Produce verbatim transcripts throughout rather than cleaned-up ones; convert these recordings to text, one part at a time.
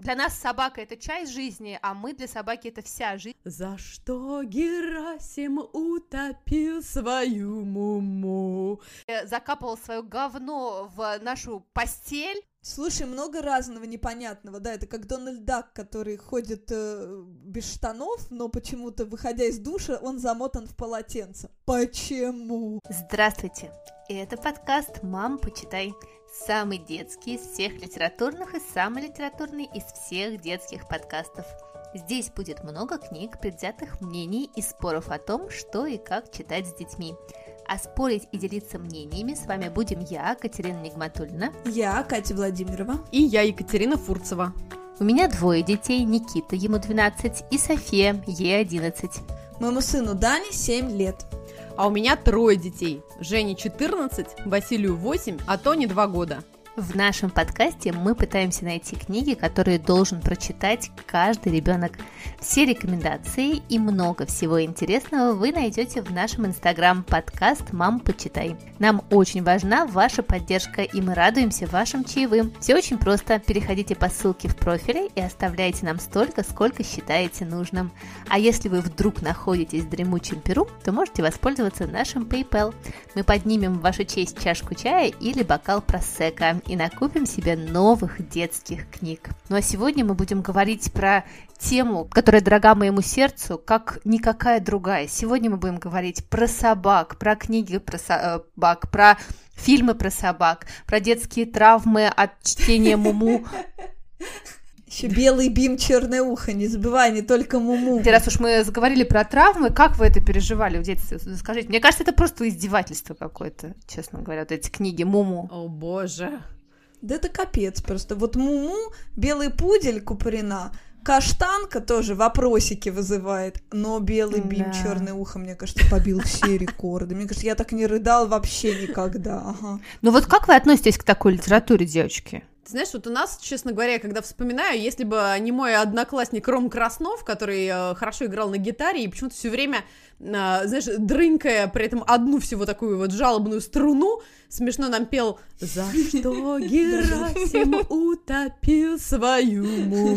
Для нас собака — это часть жизни, а мы для собаки — это вся жизнь. За что Герасим утопил свою Муму? Закапывал свое говно в нашу постель. Слушай, много разного непонятного, да, это как Дональд Дак, который ходит э, без штанов, но почему-то, выходя из душа, он замотан в полотенце. Почему? Здравствуйте, это подкаст «Мам, почитай». Самый детский из всех литературных и самый литературный из всех детских подкастов. Здесь будет много книг, предвзятых мнений и споров о том, что и как читать с детьми. А спорить и делиться мнениями с вами будем я, Катерина Нигматульна. Я, Катя Владимирова. И я, Екатерина Фурцева. У меня двое детей, Никита, ему двенадцать, и София, ей одиннадцать. Моему сыну Дане семь лет. А у меня трое детей. Жене четырнадцать, Василию восемь, а Тоне два года. В нашем подкасте мы пытаемся найти книги, которые должен прочитать каждый ребенок. Все рекомендации и много всего интересного вы найдете в нашем инстаграм-подкаст «Мам, почитай». Нам очень важна ваша поддержка, и мы радуемся вашим чаевым. Все очень просто. Переходите по ссылке в профиле и оставляйте нам столько, сколько считаете нужным. А если вы вдруг находитесь в дремучем Перу, то можете воспользоваться нашим PayPal. Мы поднимем в вашу честь чашку чая или бокал просекко и накупим себе новых детских книг. Ну а сегодня мы будем говорить про тему, которая дорога моему сердцу, как никакая другая. Сегодня мы будем говорить про собак, про книги про собак, про фильмы про собак, про детские травмы от чтения Муму. Еще белый бим, черное ухо, не забывай, не только Муму. Раз уж мы заговорили про травмы, как вы это переживали в детстве? Скажите, мне кажется, это просто издевательство какое-то, честно говоря, вот эти книги Муму. О боже. Да это капец просто. Вот Муму, белый пудель Куприна, Каштанка тоже вопросики вызывает, но белый бим, да. Черное ухо, мне кажется, побил все рекорды. Мне кажется, я так не рыдал вообще никогда. Ага. Ну вот как вы относитесь к такой литературе, девочки? Ты знаешь, вот у нас, честно говоря, когда вспоминаю, если бы не мой одноклассник Ром Краснов, который э, хорошо играл на гитаре и почему-то все время, э, знаешь, дрынкая при этом одну всего такую вот жалобную струну, смешно нам пел «За что Герасим утопил свою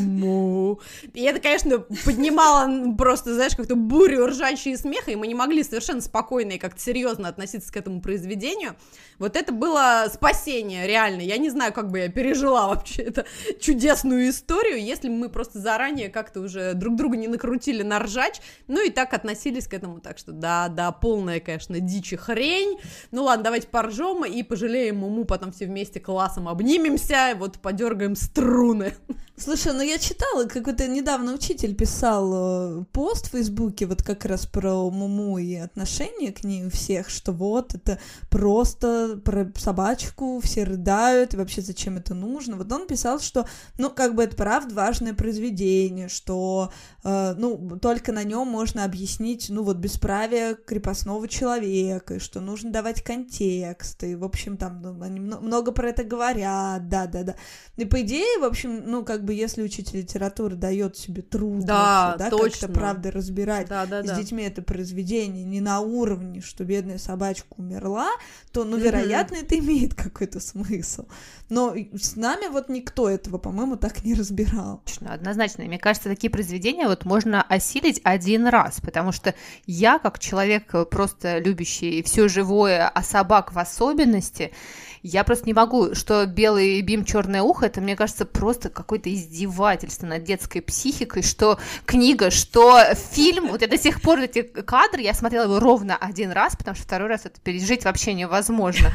Муму». И это, конечно, поднимало просто, знаешь, как-то бурю ржачьего смеха, и мы не могли совершенно спокойно и как-то серьезно относиться к этому произведению. Вот это было спасение, реально. Я не знаю, как бы я пережила вообще эту чудесную историю, если бы мы просто заранее как-то уже друг друга не накрутили на ржач, ну и так относились к этому. Так что да, да, полная, конечно, дичь и хрень. Ну ладно, давайте поржем и пожалеем Муму, потом все вместе классом обнимемся, вот подергаем струны. Слушай, ну я читала, какой-то недавно учитель писал э, пост в Фейсбуке вот как раз про Муму и отношение к ней у всех, что вот это просто про собачку, все рыдают, и вообще зачем это нужно. Вот он писал, что, ну, как бы это правда важное произведение, что, э, ну, только на нем можно объяснить, ну, вот бесправие крепостного человека, и что нужно давать контекст, и, в общем, там, ну, они много про это говорят, да-да-да. И по идее, в общем, ну, как бы если учитель литературы дает себе труд, да, вообще, да, точно. как-то правда разбирать да, да, с да. детьми это произведение не на уровне, что бедная собачка умерла, то, ну, вероятно, mm-hmm. это имеет какой-то смысл. Но с нами вот никто этого, по-моему, так не разбирал. Однозначно. Мне кажется, такие произведения вот можно осилить один раз, потому что я, как человек, просто любящий все живое, а собак в особенности, я просто не могу, что белый бим, черное ухо, это, мне кажется, просто какое-то издевательство над детской психикой, что книга, что фильм, вот я до сих пор эти кадры, я смотрела его ровно один раз, потому что второй раз это пережить вообще невозможно.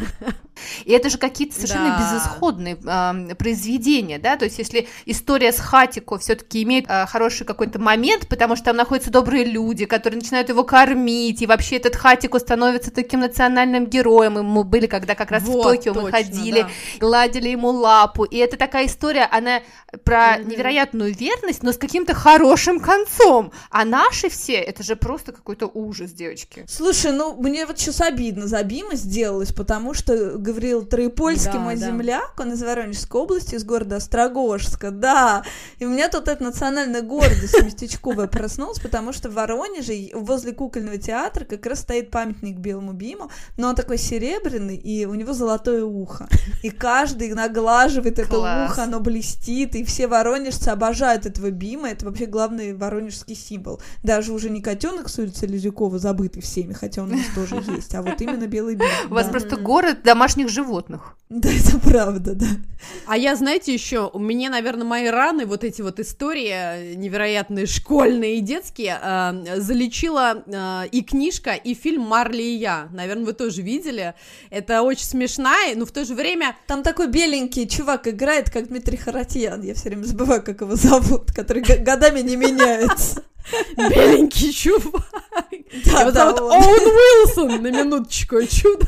И это же какие-то совершенно да. безысходные э, произведения, да, то есть если история с Хатико все-таки имеет э, хороший какой-то момент, потому что там находятся добрые люди, которые начинают его кормить, и вообще этот Хатико становится таким национальным героем, и мы были, когда как раз вот, в Токио точно, мы ходили, да. гладили ему лапу, и это такая история, она про mm-hmm. невероятную верность, но с каким-то хорошим концом, а наши все, это же просто какой-то ужас, девочки. Слушай, ну, мне вот сейчас обидно за Бима сделалось, потому что Гавриил Троепольский, да, мой да. земляк, он из Воронежской области, из города Острогожска, да, и у меня тут эта национальная гордость местечковая проснулась, потому что в Воронеже возле кукольного театра как раз стоит памятник белому Биму, но он такой серебряный, и у него золотое белое ухо. И каждый наглаживает это Класс. ухо, оно блестит, и все воронежцы обожают этого Бима, это вообще главный воронежский символ. Даже уже не котенок с улицы Лизюкова, забытый всеми, хотя он у нас тоже есть, а вот именно белый Бим. У вас просто город домашних животных. Да, это правда, да. А я, знаете, еще, у меня, наверное, мои раны, вот эти вот истории невероятные, школьные и детские, э, залечила э, и книжка, и фильм «Марли и я». Наверное, вы тоже видели. Это очень смешная, но в то же время... Там такой беленький чувак играет, как Дмитрий Харатьян, я все время забываю, как его зовут, который г- годами не меняется. Беленький чувак. Да, Его да, зовут он. Оуэн Уилсон, на минуточку, чудо.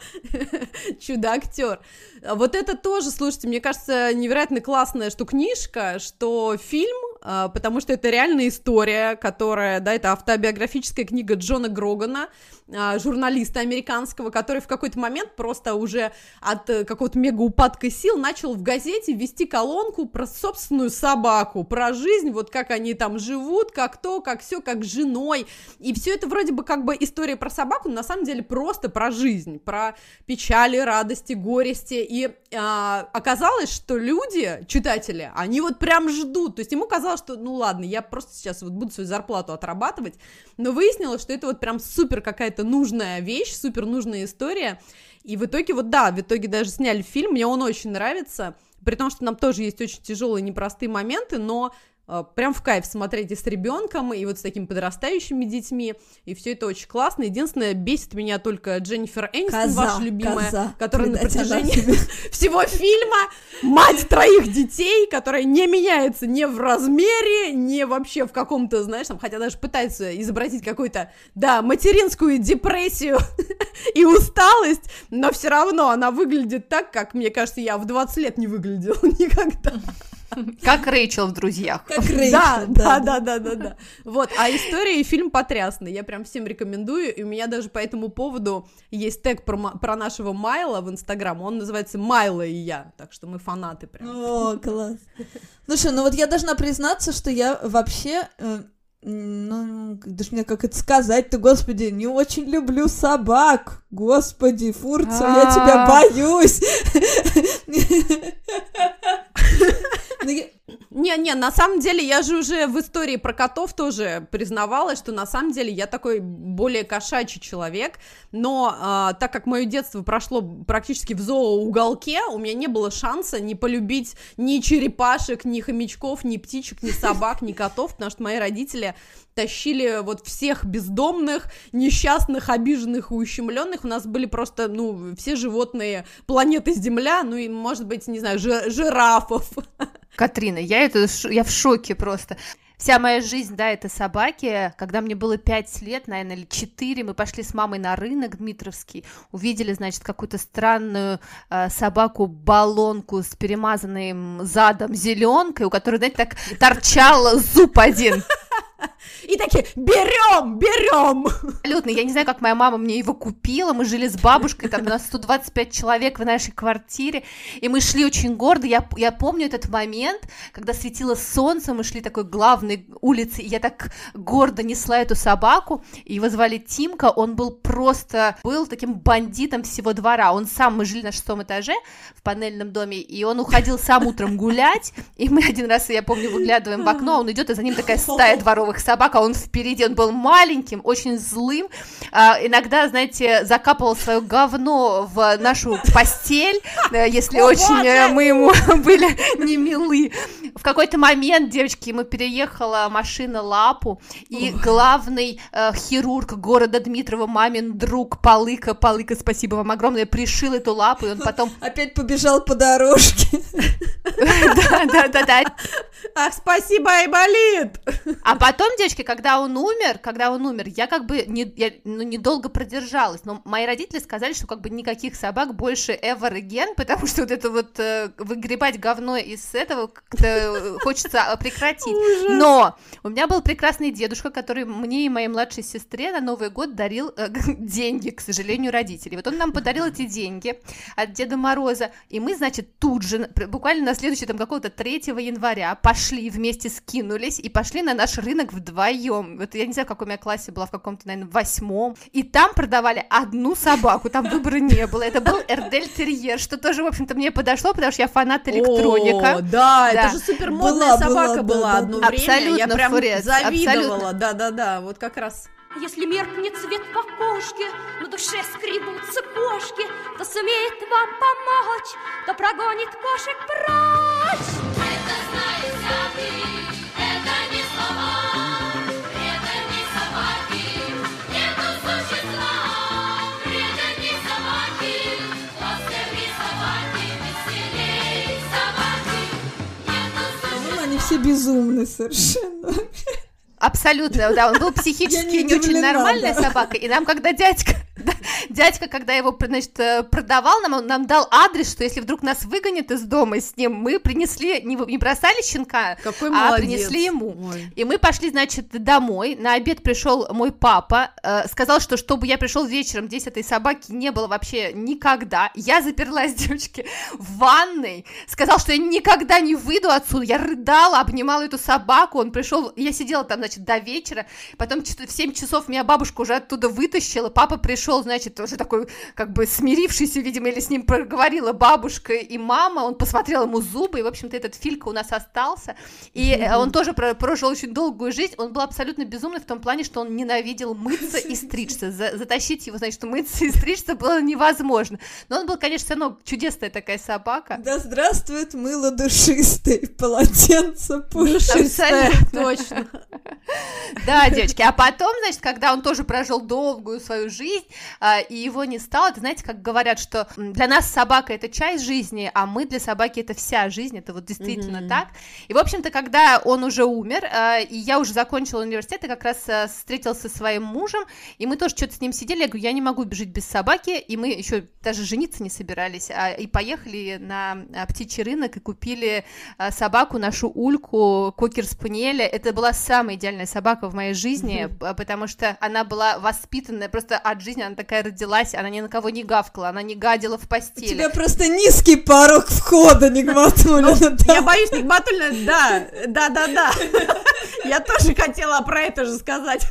Чудо-актер. Вот это тоже, слушайте, мне кажется, невероятно классная, что книжка, что фильм, потому что это реальная история, которая, да, это автобиографическая книга Джона Грогана, журналиста американского, который в какой-то момент просто уже от какого-то мегаупадка сил начал в газете вести колонку про собственную собаку, про жизнь, вот как они там живут, как то, как все, как с женой, и все это вроде бы как бы история про собаку, но на самом деле просто про жизнь, про печали, радости, горести, и а, оказалось, что люди, читатели, они вот прям ждут, то есть ему казалось, что ну ладно, я просто сейчас вот буду свою зарплату отрабатывать, но выяснилось, что это вот прям супер какая-то нужная вещь, супер нужная история, и в итоге вот да, в итоге даже сняли фильм, мне он очень нравится, при том, что нам тоже есть очень тяжелые, непростые моменты, но э, прям в кайф смотреть и с ребенком, и вот с такими подрастающими детьми, и все это очень классно. Единственное, бесит меня только Дженнифер Энистон, Коза, ваша любимая, коза, которая на предать она протяжении себя. всего фильма мать троих детей, которая не меняется ни в размере, ни вообще в каком-то, знаешь, там, хотя даже пытается изобразить какую-то, да, материнскую депрессию и усталость, но все равно она выглядит так, как, мне кажется, я в двадцать лет не выглядела никогда. Как Рэйчел в «Друзьях». Как Рэйчел, Да, да, да, да, да, да, да. Вот, а история и фильм потрясный, я прям всем рекомендую, и у меня даже по этому поводу есть тег про, ма- про нашего Майла в Инстаграм, он называется «Майла и я», так что мы фанаты прям. О, класс. Слушай, ну вот я должна признаться, что я вообще, э, ну, даже мне как это сказать-то, господи, не очень люблю собак. Господи, Фурцева, я тебя боюсь. Ну, я- Не-не, на самом деле, я же уже в истории про котов тоже признавалась, что на самом деле я такой более кошачий человек, но а, так как мое детство прошло практически в зооуголке, у меня не было шанса не полюбить ни черепашек, ни хомячков, ни птичек, ни собак, ни котов, потому что мои родители тащили вот всех бездомных, несчастных, обиженных и ущемленных. У нас были просто, ну, все животные планеты Земля, ну и, может быть, не знаю, жи- жирафов. Катрина, я, это, ш- я в шоке просто. Вся моя жизнь, да, это собаки. Когда мне было пять лет, наверное, или четыре, мы пошли с мамой на рынок Дмитровский, увидели, значит, какую-то странную э, собаку-баллонку с перемазанным задом зеленкой, у которой, знаете, так торчал зуб один. И такие, берем, берем. Абсолютно, я не знаю, как моя мама мне его купила, мы жили с бабушкой, там у нас сто двадцать пять человек в нашей квартире, и мы шли очень гордо, я, я помню этот момент, когда светило солнце, мы шли такой главной улицей, и я так гордо несла эту собаку, и его звали Тимка, он был просто, был таким бандитом всего двора, он сам, мы жили на шестом этаже в панельном доме, и он уходил сам утром гулять, и мы один раз, я помню, выглядываем в окно, он идет, и за ним такая стая дворовых собак, а он впереди, он был маленьким, очень злым, а, иногда, знаете, закапывал свое говно в нашу постель, если очень э, мы ему были не милы. В какой-то момент, девочки, ему переехала машина Лапу, и главный э, хирург города Дмитрова, мамин друг Палыка, Палыка, спасибо вам огромное, пришил эту лапу, и он потом... Опять побежал по дорожке. Да-да-да-да. Ах, спасибо, Айболит! А потом, девочки, когда он умер, когда он умер, я как бы не, я, ну, недолго продержалась, но мои родители сказали, что как бы никаких собак больше ever again, потому что вот это вот э, выгребать говно из этого как-то хочется прекратить. Ужас. Но у меня был прекрасный дедушка, который мне и моей младшей сестре на Новый год дарил э, деньги, к сожалению, родителей. Вот он нам подарил эти деньги от Деда Мороза, и мы, значит, тут же, буквально на следующий, там, какого-то третьего января пошли пошли вместе, скинулись и пошли на наш рынок вдвоем. Вот я не знаю, в каком я классе была, в каком-то, наверное, восьмом. И там продавали одну собаку, там выбора не было. Это был Эрдель-терьер, что тоже, в общем-то, мне подошло, потому что я фанат электроника. О, да, да, это же супер модная была, собака была, была да, одно да, время. абсолютно, я прям Фурец, завидовала. Да-да-да, вот как раз. Если меркнет свет в окошке, на душе скребутся кошки, кто сумеет вам помочь, кто прогонит кошек прочь. Это знает всякий, это не слова, это не собаки, нету существа, это не собаки, ласковее собаки, веселее собаки, нету существа. Ну, они все безумны совершенно. Абсолютно, да, он был психически не не очень удивлена, нормальная да. собака, и нам, когда дядька, да, дядька, когда его, значит, продавал, нам, он нам дал адрес, что если вдруг нас выгонят из дома с ним, мы принесли, не, не бросали щенка, Какой а молодец. принесли ему. Ой. И мы пошли, значит, домой, на обед пришел мой папа, э, сказал, что чтобы я пришел вечером, здесь этой собаки не было вообще никогда, я заперлась, девочки, в ванной, сказал, что я никогда не выйду отсюда, я рыдала, обнимала эту собаку, он пришел, я сидела там, значит, до вечера, потом в семь часов меня бабушка уже оттуда вытащила, папа пришел, значит, уже такой, как бы смирившийся, видимо, или с ним проговорила бабушка и мама, он посмотрел ему зубы, и, в общем-то, этот Филька у нас остался, и mm-hmm. он тоже прожил очень долгую жизнь, он был абсолютно безумный в том плане, что он ненавидел мыться и стричься, За- затащить его, значит, мыться и стричься было невозможно, но он был, конечно, все равно чудесная такая собака. Да здравствует мыло душистое, полотенце пушистое. Точно. Да, девочки, а потом, значит, когда он тоже прожил долгую свою жизнь, а, и его не стало, это, знаете, как говорят, что для нас собака — это часть жизни, а мы для собаки — это вся жизнь, это вот действительно mm-hmm. так, и, в общем-то, когда он уже умер, а, и я уже закончила университет, и как раз а, встретился со своим мужем, и мы тоже что-то с ним сидели, я говорю, я не могу жить без собаки, и мы еще даже жениться не собирались, а, и поехали на а, птичий рынок и купили а, собаку, нашу Ульку, кокер-спаниеля, это была самая идеальная собака в моей жизни, mm-hmm. потому что она была воспитанная просто от жизни, она такая родилась, она ни на кого не гавкала, она не гадила в постели. У тебя просто низкий порог входа, Нигматульна. Я боюсь, Нигматульна, да, да-да-да. Я тоже хотела про это же сказать.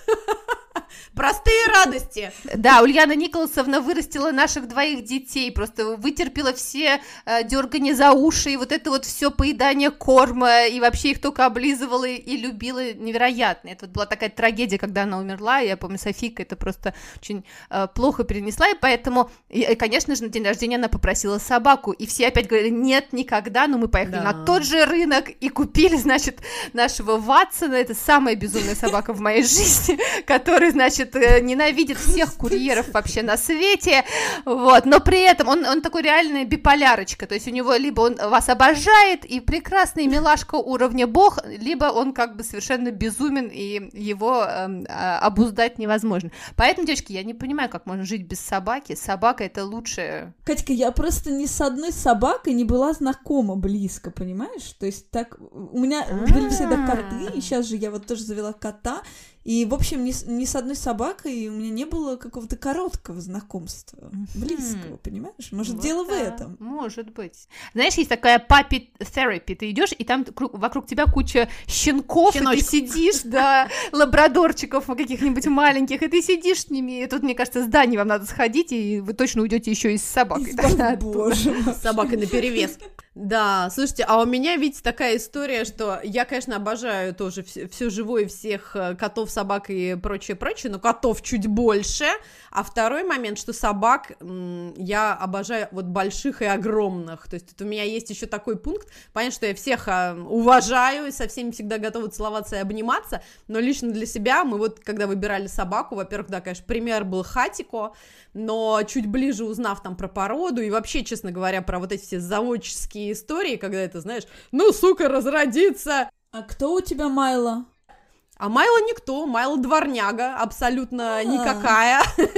Простые радости. Да, Ульяна Николасовна вырастила наших двоих детей, просто вытерпела все э, дергания за уши, и вот это вот все поедание корма, и вообще их только облизывала и, и любила невероятно. Это вот была такая трагедия, когда она умерла, я помню, Софийка это просто очень э, плохо перенесла, и поэтому, и, и, конечно же, на день рождения она попросила собаку, и все опять говорили, нет, никогда, но мы поехали да. на тот же рынок и купили, значит, нашего Ватсона, это самая безумная собака в моей жизни, который, значит, ненавидит всех курьеров вообще на свете, вот, но при этом он, он такой реальная биполярочка, то есть у него либо он вас обожает и прекрасный милашка уровня бог, либо он как бы совершенно безумен и его э, обуздать невозможно. Поэтому, девочки, я не понимаю, как можно жить без собаки, собака это лучшее. Катька, я просто ни с одной собакой не была знакома близко, понимаешь? То есть так, у меня были всегда коты, и сейчас же я вот тоже завела кота, и, в общем, ни, ни с одной собакой у меня не было какого-то короткого знакомства, близкого, понимаешь? Может, вот дело да, в этом. Может быть. Знаешь, есть такая puppy therapy, ты идешь, и там вокруг тебя куча щенков, Щеночков. И ты сидишь, да, лабрадорчиков каких-нибудь маленьких, и ты сидишь с ними, и тут, мне кажется, здание вам надо сходить, и вы точно уйдете еще и с собакой. Боже мой. С собакой наперевес. Да, слушайте, а у меня, видите, такая история, что я, конечно, обожаю тоже все, все живое, всех котов, собак и прочее-прочее, но котов чуть больше, а второй момент, что собак м- я обожаю вот больших и огромных, то есть вот у меня есть еще такой пункт, понятно, что я всех а, уважаю и со всеми всегда готова целоваться и обниматься, но лично для себя мы вот, когда выбирали собаку, во-первых, да, конечно, пример был Хатико, но чуть ближе узнав там про породу и вообще, честно говоря, про вот эти все заводческие истории, когда это, знаешь, ну, сука, разродится. А кто у тебя Майла? А Майла никто, Майла дворняга, абсолютно А-а-а. никакая.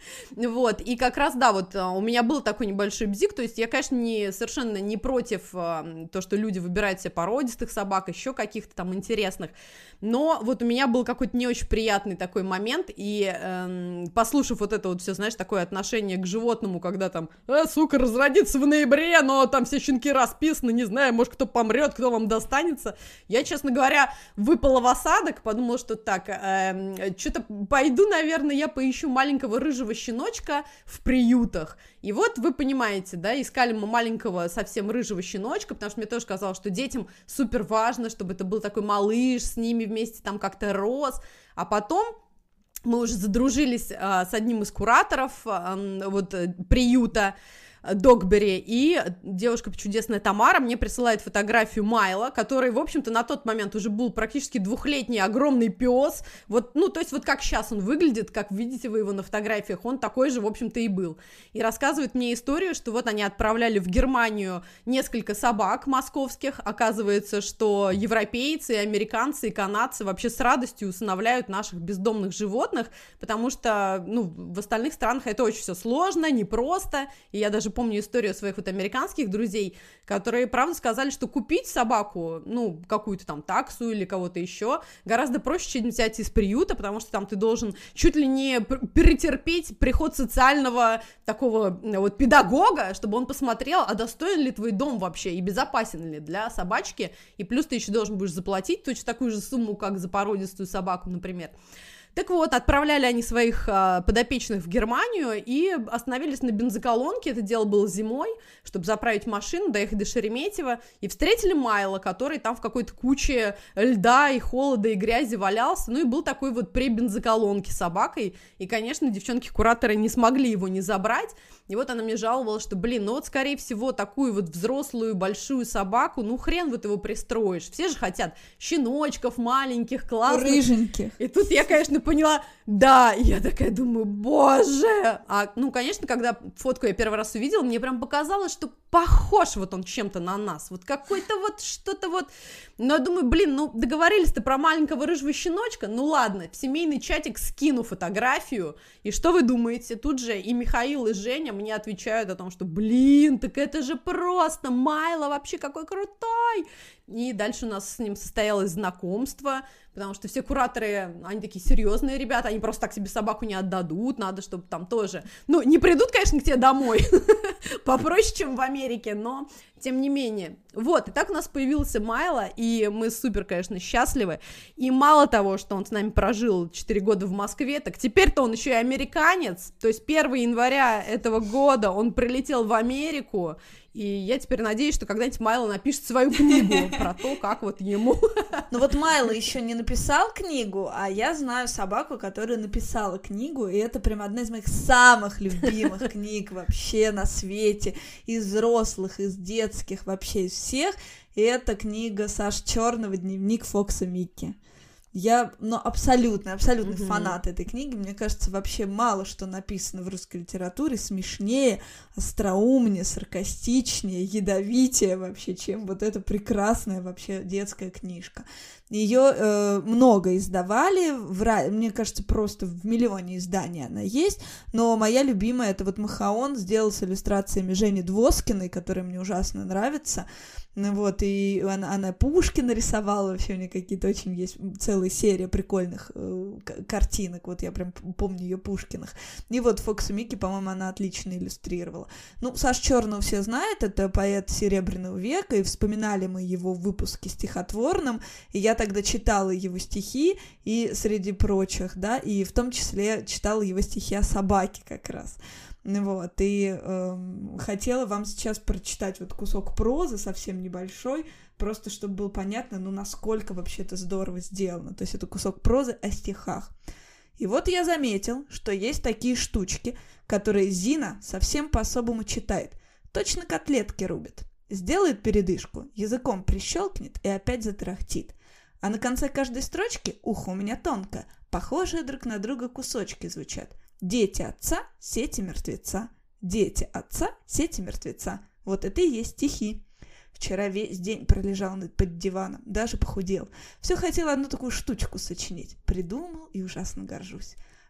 Вот, и как раз, да, вот у меня был такой небольшой бзик, то есть я, конечно, не, совершенно не против то, что люди выбирают себе породистых собак, еще каких-то там интересных, но вот у меня был какой-то не очень приятный такой момент, и эм, послушав вот это вот все, знаешь, такое отношение к животному, когда там, э, сука, разродится в ноябре, но там все щенки расписаны, не знаю, может, кто помрет, кто вам достанется, я, честно говоря, выпала в осадок, подумала, что так, э, что-то пойду, наверное, я поищу маленького рыжего щеночка в приютах. И вот вы понимаете, да, искали мы маленького совсем рыжего щеночка, потому что мне тоже казалось, что детям супер важно, чтобы это был такой малыш, с ними вместе там как-то рос, а потом мы уже задружились а, с одним из кураторов а, вот приюта Догбери, и девушка чудесная Тамара мне присылает фотографию Майла, который, в общем-то, на тот момент уже был практически двухлетний огромный пес, вот, ну, то есть вот как сейчас он выглядит, как видите вы его на фотографиях, он такой же, в общем-то, и был, и рассказывает мне историю, что вот они отправляли в Германию несколько собак московских, оказывается, что европейцы, американцы и канадцы вообще с радостью усыновляют наших бездомных животных, потому что, ну, в остальных странах это очень все сложно, непросто, и я даже помню историю своих вот американских друзей, которые, правда, сказали, что купить собаку, ну, какую-то там таксу или кого-то еще, гораздо проще, чем взять из приюта, потому что там ты должен чуть ли не перетерпеть приход социального такого вот педагога, чтобы он посмотрел, а достоин ли твой дом вообще и безопасен ли для собачки, и плюс ты еще должен будешь заплатить точно такую же сумму, как за породистую собаку, например. Так вот, отправляли они своих а, подопечных в Германию и остановились на бензоколонке, это дело было зимой, чтобы заправить машину, доехать до Шереметьево, и встретили Майла, который там в какой-то куче льда и холода и грязи валялся, ну и был такой вот при бензоколонке с собакой, и, конечно, девчонки-кураторы не смогли его не забрать, и вот она мне жаловалась, что, блин, ну вот, скорее всего, такую вот взрослую большую собаку, ну хрен вот его пристроишь, все же хотят щеночков маленьких, классных. Рыженьких. И тут я, конечно, поняла, да, и я такая думаю, боже, а, ну, конечно, когда фотку я первый раз увидела, мне прям показалось, что похож вот он чем-то на нас, вот какой-то вот что-то вот, но я думаю, блин, ну, договорились-то про маленького рыжего щеночка, ну, ладно, в семейный чатик скину фотографию, и что вы думаете, тут же и Михаил, и Женя мне отвечают о том, что, блин, так это же просто, Майло вообще какой крутой, и дальше у нас с ним состоялось знакомство, потому что все кураторы, они такие серьезные ребята, они просто так себе собаку не отдадут, надо, чтобы там тоже, ну, не придут, конечно, к тебе домой, попроще, чем в Америке, но тем не менее. Вот, и так у нас появился Майло, и мы супер, конечно, счастливы, и мало того, что он с нами прожил четыре года в Москве, так теперь-то он еще и американец, то есть первого января этого года он прилетел в Америку, и я теперь надеюсь, что когда-нибудь Майло напишет свою книгу про то, как вот ему... Ну вот Майло еще не написал книгу, а я знаю собаку, которая написала книгу, и это прям одна из моих самых любимых книг вообще на свете, из взрослых, из детских, вообще из всех, и это книга Саши Черного «Дневник Фокса Микки». Я, ну, абсолютно, абсолютно mm-hmm. фанат этой книги. Мне кажется, вообще мало что написано в русской литературе смешнее, остроумнее, саркастичнее, ядовитее вообще, чем вот эта прекрасная вообще детская книжка. Ее э, много издавали, в, мне кажется, просто в миллионе изданий она есть, но моя любимая — это вот Махаон сделал с иллюстрациями Жени Двоскиной, которая мне ужасно нравится. Ну вот, и она, она Пушкина рисовала, вообще у нее какие-то очень есть целая серия прикольных э, картинок, вот я прям помню ее Пушкиных. И вот Фокса Микки, по-моему, она отлично иллюстрировала. Ну, Сашу Черного все знают, это поэт Серебряного века, и вспоминали мы его в выпуске стихотворном, и я тогда читала его стихи, и среди прочих, да, и в том числе читала его стихи о собаке как раз. Вот, и э, хотела вам сейчас прочитать вот кусок прозы, совсем небольшой, просто чтобы было понятно, ну, насколько вообще это здорово сделано. То есть это кусок прозы о стихах. И вот я заметил, что есть такие штучки, которые Зина совсем по-особому читает. Точно котлетки рубит. Сделает передышку, языком прищелкнет и опять затарахтит. А на конце каждой строчки ухо у меня тонко, похожие друг на друга кусочки звучат. Дети отца, сети мертвеца. Дети отца, сети мертвеца. Вот это и есть стихи. Вчера весь день пролежал под диваном, даже похудел. Все хотел одну такую штучку сочинить. Придумал и ужасно горжусь.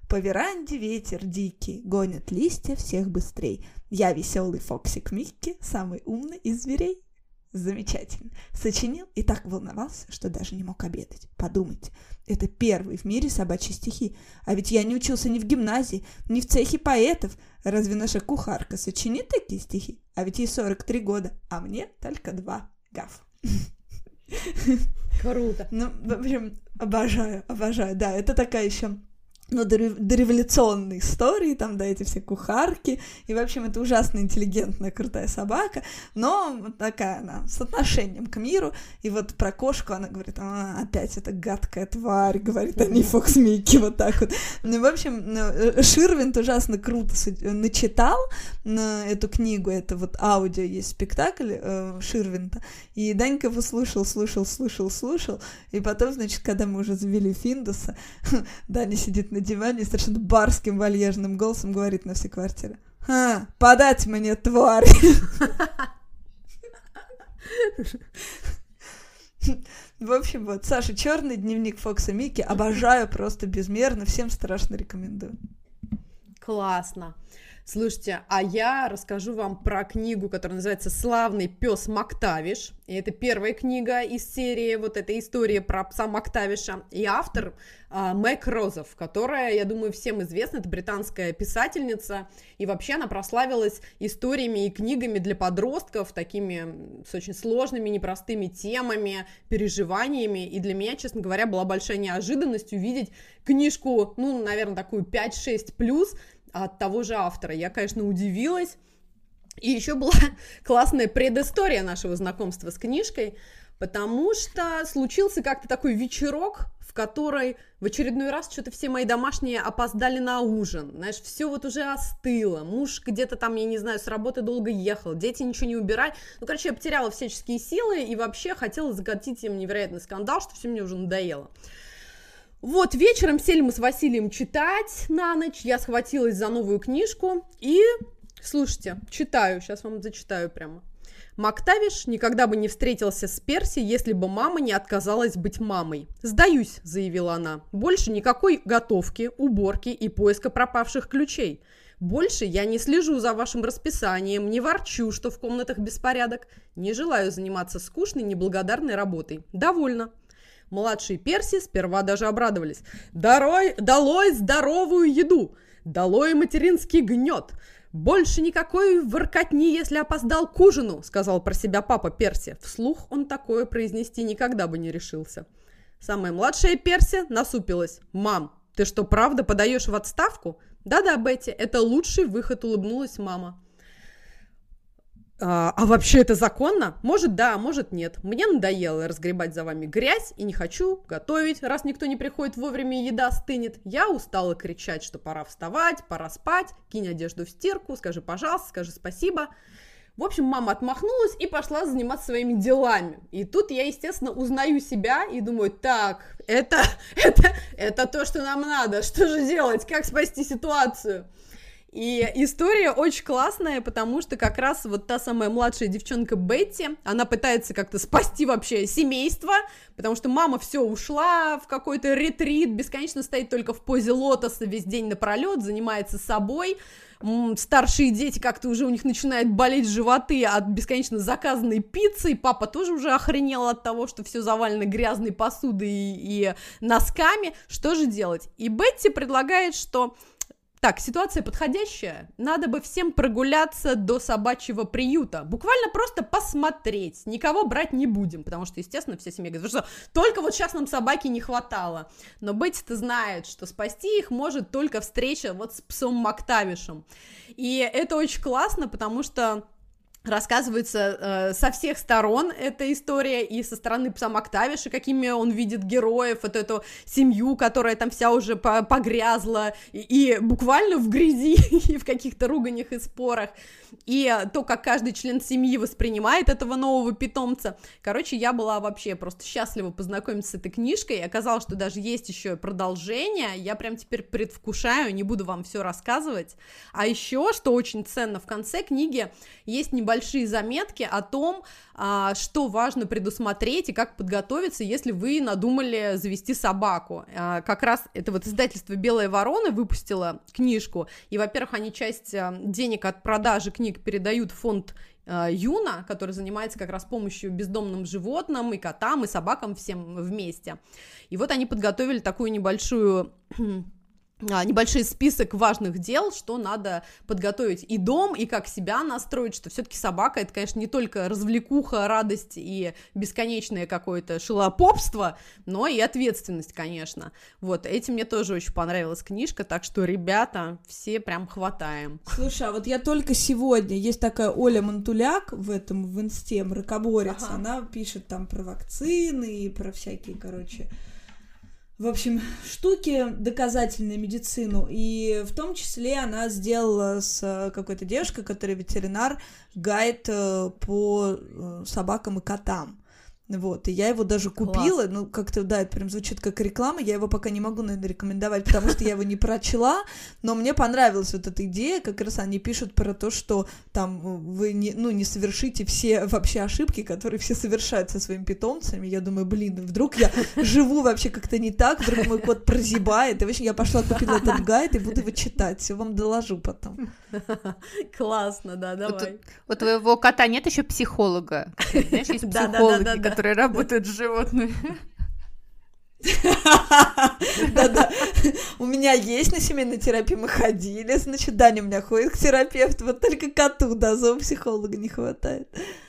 По веранде ветер дикий гонит листья всех быстрей. Я веселый Фоксик Микки, самый умный из зверей. Замечательно. Сочинил и так волновался, что даже не мог обедать. Подумайте, это первые в мире собачьи стихи. А ведь я не учился ни в гимназии, ни в цехе поэтов. Разве наша кухарка сочинит такие стихи? А ведь ей сорок три года, а мне только два. Гав. Круто. Ну, в общем, обожаю, обожаю. Да, это такая еще... ну, дореволюционные истории, там, да, эти все кухарки, и, в общем, это ужасно интеллигентная, крутая собака, но вот такая она, с отношением к миру, и вот про кошку она говорит, а, опять эта гадкая тварь, говорит, а не Фокс Микки, вот так вот. Ну, в общем, Ширвинд ужасно круто начитал эту книгу, это вот аудио есть спектакль э, Ширвинда, и Данька его слушал, слушал, слушал, слушал, и потом, значит, когда мы уже завели Финдуса, Даня сидит на диване и совершенно барским вальяжным голосом говорит на все квартиры: «Ха, подать мне, тварь!» В общем, вот, Саша, черный дневник Фокса Микки, обожаю просто безмерно, всем страшно рекомендую. Классно. Слушайте, а я расскажу вам про книгу, которая называется «Славный пес Мактавиш». И это первая книга из серии вот этой истории про пса Мактавиша. И автор а, Мэг Розов, которая, я думаю, всем известна, это британская писательница. И вообще она прославилась историями и книгами для подростков, такими с очень сложными, непростыми темами, переживаниями. И для меня, честно говоря, была большая неожиданность увидеть книжку, ну, наверное, такую пять-шесть плюс, от того же автора. Я, конечно, удивилась. И еще была классная предыстория нашего знакомства с книжкой, потому что случился как-то такой вечерок, в который в очередной раз что-то все мои домашние опоздали на ужин. Знаешь, все вот уже остыло. Муж где-то там, я не знаю, с работы долго ехал, дети ничего не убирали. Ну, короче, я потеряла всяческие силы и вообще хотела закатить им невероятный скандал, что все мне уже надоело. Вот, вечером сели мы с Василием читать на ночь, я схватилась за новую книжку и, слушайте, читаю, сейчас вам зачитаю прямо. «Мактавиш никогда бы не встретился с Перси, если бы мама не отказалась быть мамой. Сдаюсь», — заявила она, — «больше никакой готовки, уборки и поиска пропавших ключей. Больше я не слежу за вашим расписанием, не ворчу, что в комнатах беспорядок, не желаю заниматься скучной, неблагодарной работой. Довольно». Младшие Перси сперва даже обрадовались. «Долой, долой здоровую еду! Долой материнский гнет! Больше никакой воркотни, если опоздал к ужину!» сказал про себя папа Перси. Вслух он такое произнести никогда бы не решился. Самая младшая Перси насупилась. «Мам, ты что, правда подаешь в отставку?» «Да-да, Бетти, это лучший выход», улыбнулась мама. А, а вообще это законно? Может, да, может, нет. Мне надоело разгребать за вами грязь и не хочу готовить, раз никто не приходит вовремя и еда стынет. Я устала кричать, что пора вставать, пора спать, кинь одежду в стирку, скажи пожалуйста, скажи спасибо. В общем, мама отмахнулась и пошла заниматься своими делами. И тут я, естественно, узнаю себя и думаю, так, это, это, это то, что нам надо, что же делать, как спасти ситуацию? И история очень классная, потому что как раз вот та самая младшая девчонка Бетти, она пытается как-то спасти вообще семейство, потому что мама все ушла в какой-то ретрит, бесконечно стоит только в позе лотоса весь день напролет, занимается собой. Старшие дети как-то уже у них начинают болеть животы от бесконечно заказанной пиццы, и папа тоже уже охренел от того, что все завалено грязной посудой и, и носками. Что же делать? И Бетти предлагает, что... Так, ситуация подходящая. Надо бы всем прогуляться до собачьего приюта. Буквально просто посмотреть. Никого брать не будем, потому что, естественно, все семьи говорят, что только вот сейчас нам собаки не хватало. Но Бетти-то знает, что спасти их может только встреча вот с псом Мактавишем. И это очень классно, потому что рассказывается э, со всех сторон эта история, и со стороны пса Мактавиша, какими он видит героев, вот эту семью, которая там вся уже погрязла, и, и буквально в грязи, и в каких-то руганях и спорах, и то, как каждый член семьи воспринимает этого нового питомца. Короче, я была вообще просто счастлива познакомиться с этой книжкой, и оказалось, что даже есть еще продолжение, я прям теперь предвкушаю, не буду вам все рассказывать. А еще, что очень ценно, в конце книги есть небольшой небольшие заметки о том, что важно предусмотреть и как подготовиться, если вы надумали завести собаку. Как раз это вот издательство «Белая ворона» выпустило книжку, и, во-первых, они часть денег от продажи книг передают в фонд Юна, который занимается как раз помощью бездомным животным, и котам, и собакам, всем вместе. И вот они подготовили такую небольшую... небольшой список важных дел, что надо подготовить и дом, и как себя настроить, что все-таки собака — это, конечно, не только развлекуха, радость и бесконечное какое-то шелопопство, но и ответственность, конечно. Вот, этим мне тоже очень понравилась книжка, так что, ребята, все прям хватаем. Слушай, а вот я только сегодня, есть такая Оля Мантуляк в этом, в инсте, мракоборец, ага. Она пишет там про вакцины и про всякие, короче... В общем, штуки, доказательную медицину, и в том числе она сделала с какой-то девушкой, которая ветеринар, гайд по собакам и котам. Вот, и я его даже купила, Класс. Ну, как-то, да, это прям звучит как реклама, я его пока не могу, наверное, рекомендовать, потому что я его не прочла, но мне понравилась вот эта идея, как раз они пишут про то, что там вы не, ну, не совершите все вообще ошибки, которые все совершают со своими питомцами, я думаю, блин, вдруг я живу вообще как-то не так, вдруг мой кот прозябает, и вообще я пошла купила этот гайд и буду его читать, все вам доложу потом. Классно, да, давай. У твоего кота нет еще психолога? Знаешь, есть психологи, которые работают с животными. Да-да, у меня есть на семейной терапии, мы ходили, значит, Даня у меня ходит к терапевту, вот только коту, да, зоопсихолога не хватает.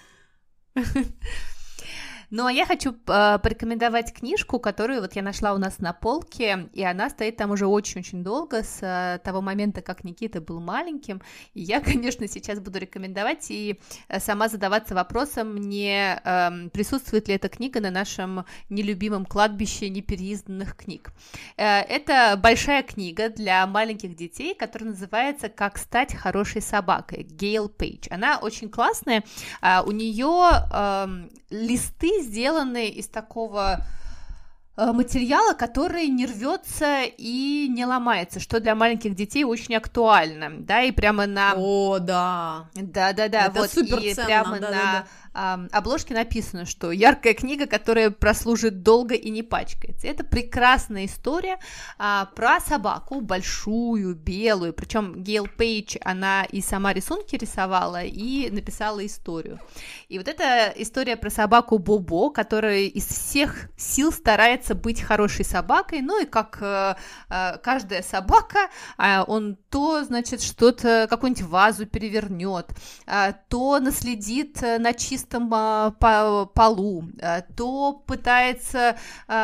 Ну, а я хочу э, порекомендовать книжку, которую вот я нашла у нас на полке, и она стоит там уже очень-очень долго, с э, того момента, как Никита был маленьким, и я, конечно, сейчас буду рекомендовать и э, сама задаваться вопросом, не э, присутствует ли эта книга на нашем нелюбимом кладбище непереизданных книг. Э, это большая книга для маленьких детей, которая называется «Как стать хорошей собакой», Гейл Пейдж. Она очень классная, э, у нее э, листы сделаны из такого э, материала, который не рвется и не ломается, что для маленьких детей очень актуально, да, и прямо на... О, да! Да-да-да, вот, и прямо да, на... да, да. обложке написано, что яркая книга, которая прослужит долго и не пачкается. Это прекрасная история а, про собаку, большую, белую, причем Гейл Пейдж, она и сама рисунки рисовала, и написала историю. И вот эта история про собаку Бобо, которая из всех сил старается быть хорошей собакой, ну и как а, а, каждая собака, а, он то, значит, что-то, какую-нибудь вазу перевернет, а, то наследит на чистом по полу, то пытается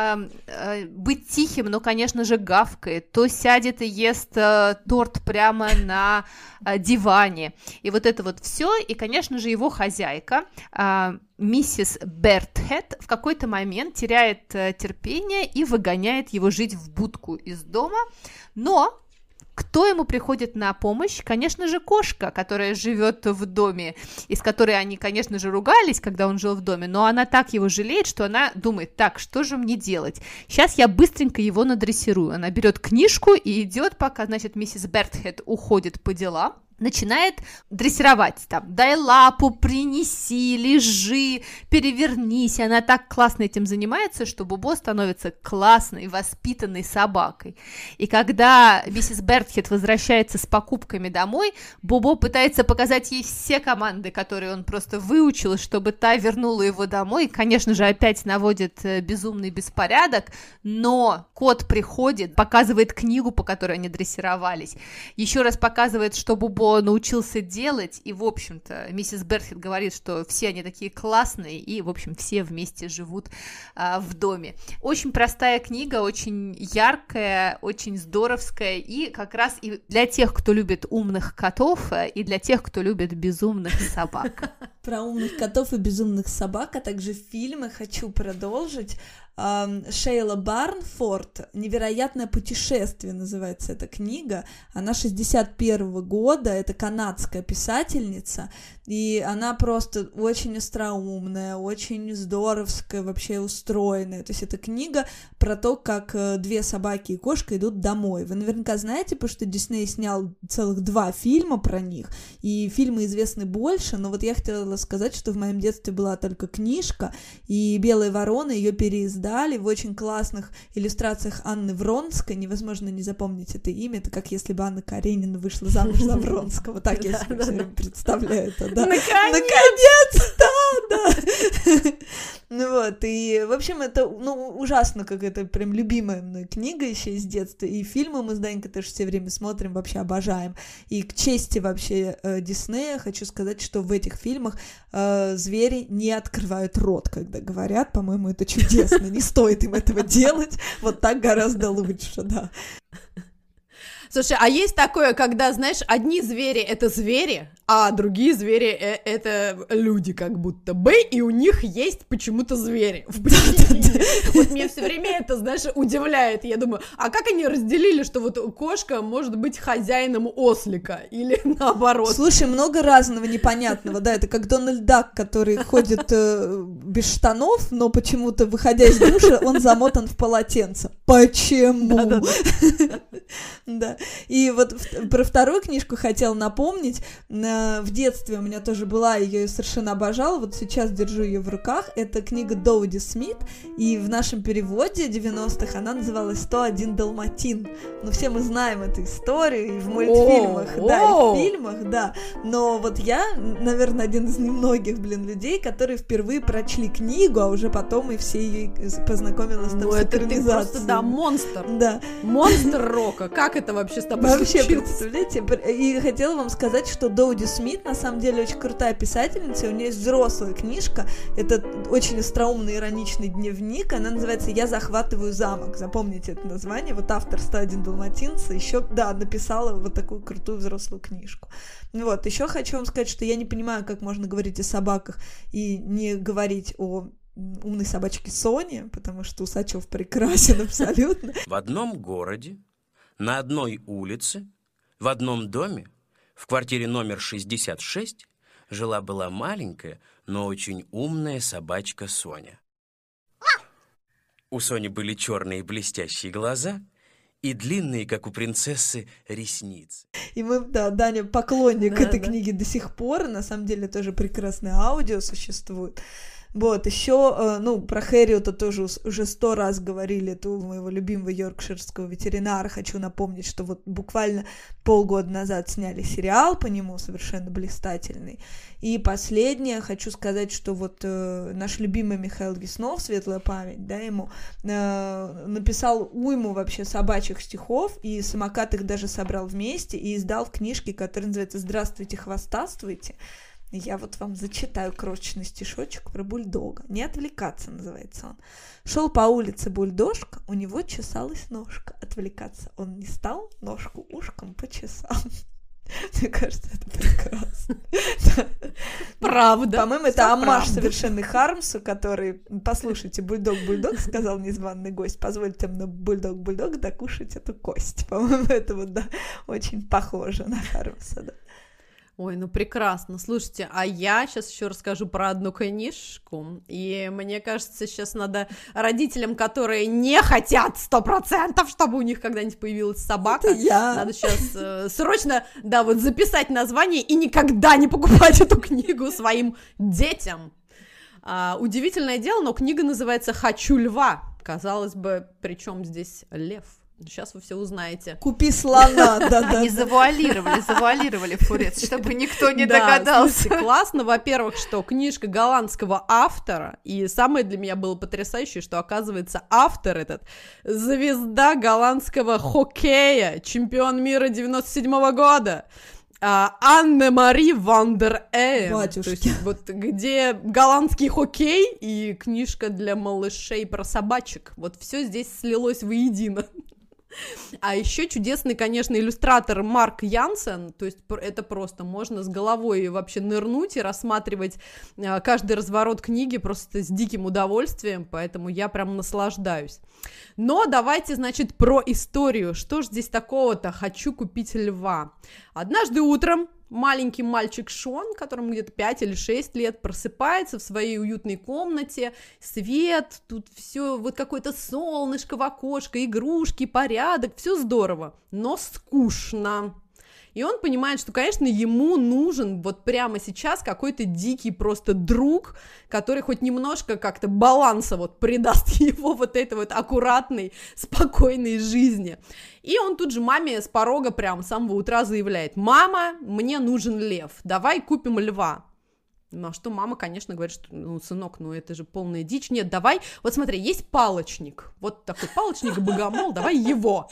э, быть тихим, но, конечно же, гавкает, то сядет и ест э, торт прямо на э, диване. И вот это вот все, и, конечно же, его хозяйка, э, миссис Бертхед, в какой-то момент теряет э, терпение и выгоняет его жить в будку из дома, но... Кто ему приходит на помощь? Конечно же, кошка, которая живет в доме, и с которой они, конечно же, ругались, когда он жил в доме, но она так его жалеет, что она думает, так, что же мне делать? Сейчас я быстренько его надрессирую. Она берет книжку и идет, пока, значит, миссис Бертхед уходит по делам, начинает дрессировать, там, дай лапу, принеси, лежи, перевернись, она так классно этим занимается, что Бобо становится классной, воспитанной собакой, и когда миссис Бертхед возвращается с покупками домой, Бобо пытается показать ей все команды, которые он просто выучил, чтобы та вернула его домой, и, конечно же, опять наводит безумный беспорядок, но кот приходит, показывает книгу, по которой они дрессировались, еще раз показывает, что Бобо научился делать, и, в общем-то, миссис Бертхед говорит, что все они такие классные, и, в общем, все вместе живут а, в доме. Очень простая книга, очень яркая, очень здоровская, и как раз и для тех, кто любит умных котов, и для тех, кто любит безумных собак. Про умных котов и безумных собак, а также фильмы хочу продолжить. э, Шейла Барнфорд «Невероятное путешествие» называется эта книга. Она шестьдесят первого года, это канадская писательница, и она просто очень остроумная, очень здоровская, вообще устроенная. То есть это книга про то, как две собаки и кошка идут домой. Вы наверняка знаете, потому что Дисней снял целых два фильма про них, и фильмы известны больше, но вот я хотела сказать, что в моем детстве была только книжка, и «Белая ворона» ее переиздали в очень классных иллюстрациях Анны Вронской. Невозможно не запомнить это имя, это как если бы Анна Каренина вышла замуж за Вронского, так я себе все время представляю это. Да. Наконец-то, да. Ну вот, и, в общем, это, ну, ужасно, как это прям любимая мной книга еще из детства, и фильмы мы с Данькой тоже все время смотрим, вообще обожаем. И к чести вообще э, Диснея хочу сказать, что в этих фильмах э, звери не открывают рот, когда говорят, по-моему, это чудесно, не стоит им этого делать, вот так гораздо лучше, да. Слушай, а есть такое, когда, знаешь, одни звери — это звери, а другие звери э- — это люди как будто бы, и у них есть почему-то звери. Вот меня все время это, знаешь, удивляет. Я думаю, а как они разделили, что вот кошка может быть хозяином ослика, или наоборот? Слушай, много разного непонятного, да, это как Дональд Дак, который ходит э, без штанов, но почему-то, выходя из душа, он замотан в полотенце. Почему? Да. И вот про вторую книжку хотела напомнить. В детстве у меня тоже была, ее совершенно обожала, вот сейчас держу ее в руках. Это книга Доуди Смит, и в нашем переводе девяностых она называлась «сто один Далматин». Ну, все мы знаем эту историю и в мультфильмах, О, да, о. и в фильмах, да. Но вот я, наверное, один из немногих, блин, людей, которые впервые прочли книгу, а уже потом и все ее познакомилась там Ну, с это ты экранизацией. просто, да, монстр. Да. Монстр рока. Как это вообще с тобой Вообще, случилось? представляете? И хотела вам сказать, что Доуди Смит на самом деле очень крутая писательница, у нее есть взрослая книжка, это очень остроумный, ироничный дневник, она называется «Я захватываю замок», запомните это название, вот автор «сто один Далматинца» еще, да, написала вот такую крутую взрослую книжку. Вот, еще хочу вам сказать, что я не понимаю, как можно говорить о собаках и не говорить о умной собачке Соне, потому что Усачев прекрасен абсолютно. В одном городе, на одной улице, в одном доме, в квартире номер шестьдесят шесть, жила-была маленькая, но очень умная собачка Соня. У Сони были черные блестящие глаза и длинные, как у принцессы, ресницы. И мы, да, Даня поклонник Да, этой да. книги до сих пор, на самом деле тоже прекрасное аудио существует. Вот, еще, ну, про Хэриота тоже уже сто раз говорили, это у моего любимого йоркширского ветеринара. Хочу напомнить, что вот буквально полгода назад сняли сериал по нему, совершенно блистательный. И последнее, хочу сказать, что вот э, наш любимый Михаил Веснов, светлая память, да, ему э, написал уйму вообще собачьих стихов, и «Самокат» их даже собрал вместе и издал в книжке, которая называется «Здравствуйте, хвостастствуйте». Я вот вам зачитаю крошечный стишочек про бульдога. «Не отвлекаться» называется он. Шел по улице бульдожка, у него чесалась ножка. Отвлекаться он не стал, ножку ушком почесал. Мне кажется, это прекрасно. Правда. По-моему, это Всё омаж правда. совершенный Хармсу, который, послушайте, бульдог-бульдог, сказал незваный гость, позвольте мне, бульдог-бульдог, докушать эту кость. По-моему, это вот, да, очень похоже на Хармса, да. Ой, ну прекрасно. Слушайте, а я сейчас еще расскажу про одну книжку, и мне кажется, сейчас надо родителям, которые не хотят сто процентов, чтобы у них когда-нибудь появилась собака, Это я. надо сейчас э, срочно, да, вот записать название и никогда не покупать эту книгу своим детям. А, удивительное дело, но книга называется «Хочу льва». Казалось бы, при чем здесь лев? Сейчас вы все узнаете. Купи слона, да-да. Они завуалировали, завуалировали фурец, чтобы никто не Да, догадался. слушайте, классно, во-первых, что книжка голландского автора, и самое для меня было потрясающее, что, оказывается, автор этот звезда голландского хоккея, чемпион мира девяносто седьмого года, а, Анне-Мари ван дер Эйм. Батюшки. То есть вот где голландский хоккей и книжка для малышей про собачек. Вот все здесь слилось воедино. А еще чудесный, конечно, иллюстратор Марк Янсен, то есть это просто можно с головой вообще нырнуть и рассматривать каждый разворот книги просто с диким удовольствием, поэтому я прям наслаждаюсь. Но давайте, значит, про историю. Что ж здесь такого-то? Хочу купить льва. Однажды утром маленький мальчик Шон, которому где-то пять или шесть лет, просыпается в своей уютной комнате, свет, тут все, вот какое-то солнышко в окошко, игрушки, порядок, все здорово, но скучно. И он понимает, что, конечно, ему нужен вот прямо сейчас какой-то дикий просто друг, который хоть немножко как-то баланса вот придаст его вот этой вот аккуратной, спокойной жизни. И он тут же маме с порога прям с самого утра заявляет: «Мама, мне нужен лев, давай купим льва». Ну, а что мама, конечно, говорит, что, ну, сынок, ну, это же полная дичь. Нет, давай, вот смотри, есть палочник, вот такой палочник, богомол, давай его.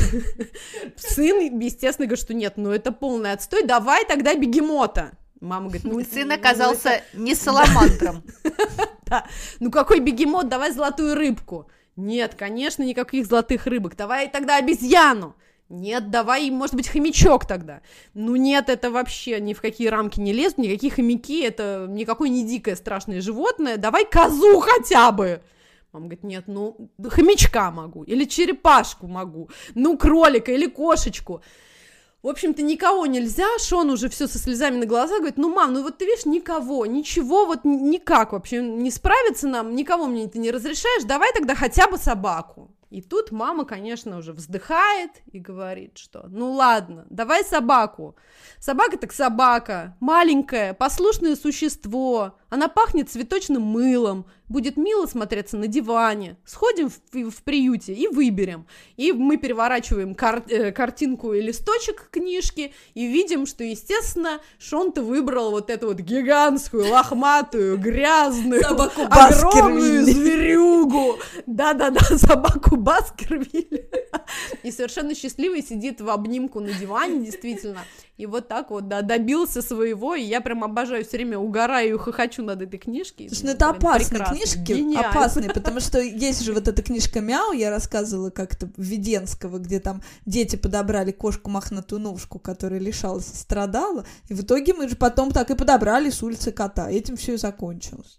Сын, естественно, говорит, что нет, ну, это полный отстой, давай тогда бегемота. Мама говорит, ну... Сын оказался не саламандром. Да, ну, какой бегемот, давай золотую рыбку. Нет, конечно, никаких золотых рыбок, давай тогда обезьяну. Нет, давай, может быть, хомячок тогда. Ну нет, это вообще ни в какие рамки не лезут, никакие хомяки, это никакое не дикое страшное животное, давай козу хотя бы. Мама говорит, нет, ну, хомячка могу, или черепашку могу, ну, кролика или кошечку. В общем-то, никого нельзя, Шон уже все со слезами на глазах говорит, ну, мам, ну вот ты видишь, никого, ничего, вот никак вообще не справиться нам, никого мне ты не разрешаешь, давай тогда хотя бы собаку. И тут мама, конечно, уже вздыхает и говорит, что ну ладно, давай собаку. Собака так собака, маленькая, послушное существо, она пахнет цветочным мылом, будет мило смотреться на диване. Сходим в, в приюте и выберем. И мы переворачиваем кар- э, картинку и листочек книжки и видим, что, естественно, Шон-то выбрал вот эту вот гигантскую, лохматую, грязную, огромную зверюгу. Да-да-да, собаку Баскервиль. И совершенно счастливый сидит в обнимку на диване, действительно. И вот так вот, да, добился своего, и я прям обожаю, все время угораю и хохочу над этой книжкой. Слушай, ну это опасные книжки, гениально. Опасные, потому что есть же вот эта книжка «Мяу», я рассказывала как-то Веденского, где там дети подобрали кошку мохнатую ножку, которая лишалась и страдала, и в итоге мы же потом так и подобрали с улицы кота, этим все и закончилось.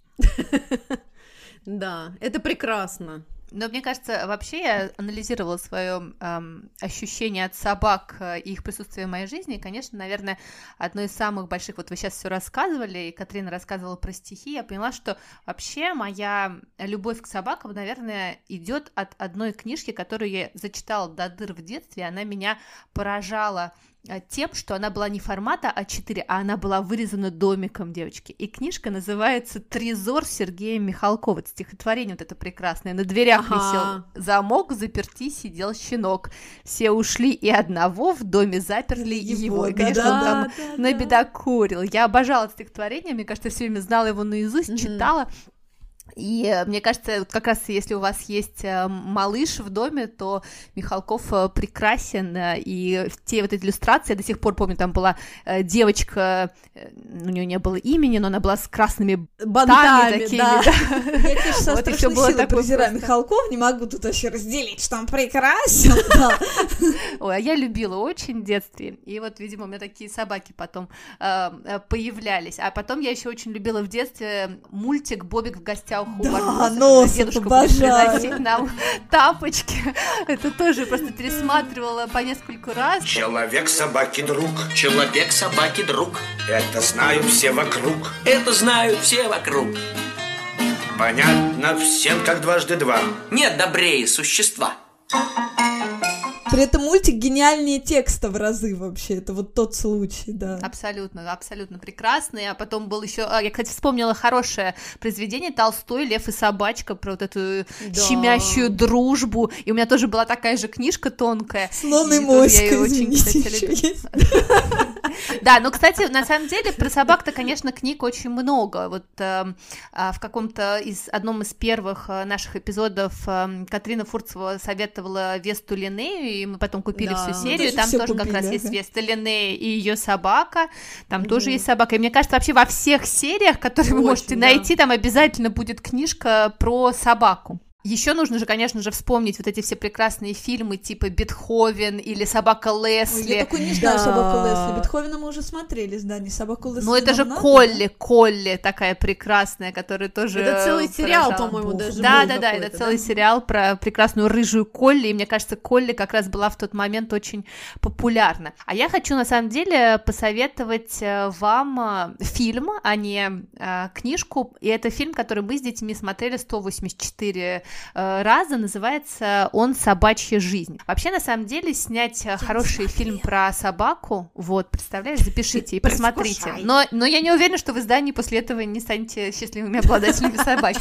Да, это прекрасно. Но мне кажется, вообще я анализировала свое эм, ощущение от собак и их присутствия в моей жизни. И, конечно, наверное, одно из самых больших, вот вы сейчас все рассказывали, и Катрина рассказывала про стихи, я поняла, что вообще моя любовь к собакам, наверное, идет от одной книжки, которую я зачитала до дыр в детстве, она меня поражала тем, что она была не формата а четыре, а она была вырезана домиком, девочки. И книжка называется «Трезор» Сергея Михалкова. Это стихотворение вот это прекрасное. На дверях ага. висел замок, заперти сидел щенок. Все ушли, и одного в доме заперли его. его. И, конечно, да, он там да, набедокурил. Да. Я обожала это стихотворение, мне кажется, все время знала его наизусть, mm-hmm. читала. И мне кажется, вот как раз если у вас есть малыш в доме, то Михалков прекрасен, и те вот эти иллюстрации, я до сих пор помню, там была девочка, у нее не было имени, но она была с красными бантами такими, да. Да. Я, конечно, со вот страшной силой презираю Михалков, не могу тут вообще разделить, что он прекрасен. Ой, а я любила очень в детстве, и вот, видимо, у меня такие собаки потом появлялись, а потом я еще очень любила в детстве мультик «Бобик в гостях». Да, нос, обожаю. Приносить нам тапочки. Это тоже просто пересматривала по нескольку раз. Человек собаки друг. Человек собаки друг. Это знают все вокруг. Это знают все вокруг. Понятно всем, как дважды два. Нет добрее существа. При этом мультик гениальнее текста в разы вообще, это вот тот случай, да. Абсолютно, абсолютно прекрасный, а потом был еще, я, кстати, вспомнила хорошее произведение Толстой «Лев и собачка», про вот эту да. щемящую дружбу, и у меня тоже была такая же книжка тонкая. Слон и моська, извините, Да, ну, кстати, на самом деле про собак-то, конечно, книг очень много. Вот э, в каком-то из одном из первых наших эпизодов э, Катрина Фурцева советовала Весту Линнею, и мы потом купили да, всю серию. Там тоже купили, как раз ага. есть Веста Линнея и ее собака. Там mm-hmm. тоже есть собака. И мне кажется, вообще во всех сериях, которые очень, вы можете да. найти, там обязательно будет книжка про собаку. Еще нужно же, конечно же, вспомнить вот эти все прекрасные фильмы типа «Бетховен» или «Собака Лесли». Ой, я такой не знаю Да. «Собаку Лесли». Бетховена мы уже смотрели, да, не «Собаку Лесли». Ну, это же нам надо, Колли, Колли такая прекрасная, которая тоже Это целый сериал, поражала. по-моему, даже Да, был да, да, какой-то, это целый сериал про прекрасную рыжую Колли, и мне кажется, Колли как раз была в тот момент очень популярна. А я хочу, на самом деле, посоветовать э, вам э, фильм, а не э, книжку, и это фильм, который мы с детьми смотрели сто восемьдесят четыре э, раза, называется «Он собачья жизнь». Вообще, на самом деле, снять э, хороший фильм про собаку, вот, представляешь, запишите и посмотрите. Но, но я не уверена, что в издании после этого не станете счастливыми обладателями собаки.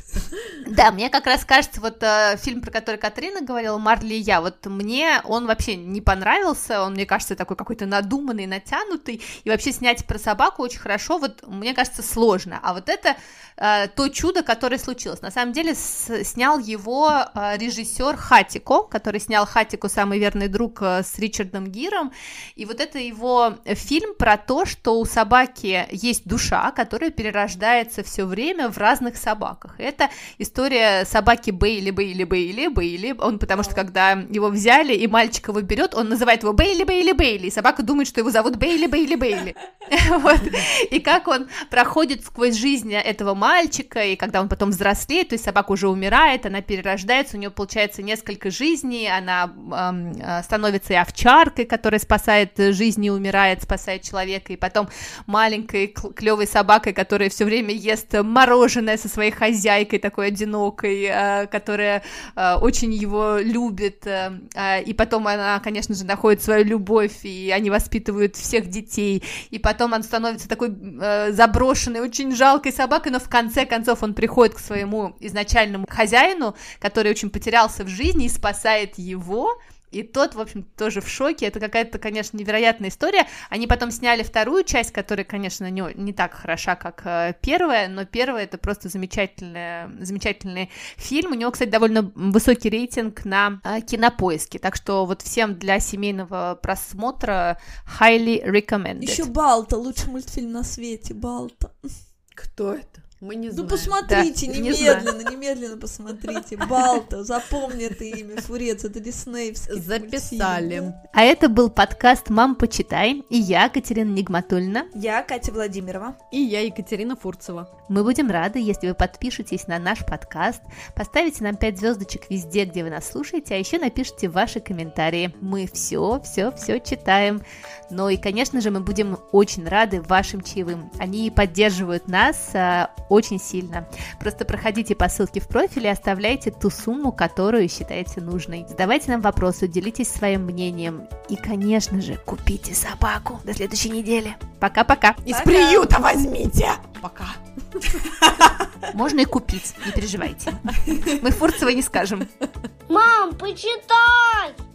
Да, мне как раз кажется, вот э, фильм, про который Катрина говорила, «Марли и я», вот мне он вообще не понравился, он, мне кажется, такой какой-то надуманный, натянутый, и вообще снять про собаку очень хорошо, вот мне кажется, сложно, а вот это э, то чудо, которое случилось. На самом деле с- снял его э, режиссер Хатико, который снял «Хатико. Самый верный друг» э, с Ричардом Гиром, и вот это его фильм про то, что у собаки есть душа, которая перерождается все время в разных собаках. И это история собаки Бейли, Бейли, Бейли, Бейли, он потому что когда его взяли, и мальчик его берет, он называет его Бейли, Бейли, Бейли, и собака думает, что его зовут Бейли, Бейли, Бейли. Вот. И как он проходит сквозь жизнь этого мальчика, и когда он потом взрослеет, то есть собака уже умирает, она перерождается, у нее получается несколько жизней, она эм, э, становится и овчаркой, которая спасает жизни, умирает, спасает человека, и потом маленькой клевой собакой, которая все время ест мороженое со своей хозяйкой, такой одинокой, э, которая э, очень его любит, э, э, и потом она, конечно же, находит свою любовь, и они воспитывают всех детей, и потом он становится такой э, заброшенной, очень жалкой собакой, но в конце концов он приходит к своему изначальному хозяину, который очень потерялся в жизни, и спасает его. И тот, в общем, тоже в шоке. Это какая-то, конечно, невероятная история. Они потом сняли вторую часть, которая, конечно, не, не так хороша, как э, первая, но первая — это просто замечательный, замечательный фильм. У него, кстати, довольно высокий рейтинг на э, Кинопоиске, так что вот всем для семейного просмотра highly recommended. Еще «Балта», лучший мультфильм на свете, «Балта». Кто это? Мы не знаем. Ну посмотрите, Да, не немедленно, немедленно посмотрите. «Балта», запомни это имя, Фурец, это диснеевский Записали. мультфильм. А это был подкаст «Мам, почитай», и я, Катерина Нигматульна. Я Катя Владимирова. И я, Екатерина Фурцева. Мы будем рады, если вы подпишетесь на наш подкаст, поставите нам пять звездочек везде, где вы нас слушаете, а еще напишите ваши комментарии. Мы все, все, все читаем. Ну и, конечно же, мы будем очень рады вашим чаевым. Они поддерживают нас а, очень сильно. Просто проходите по ссылке в профиле и оставляйте ту сумму, которую считаете нужной. Задавайте нам вопросы, делитесь своим мнением. И, конечно же, купите собаку. До следующей недели. Пока-пока. Из приюта возьмите! Пока. Можно и купить, не переживайте. Мы Фурцевой не скажем. Мам, почитай!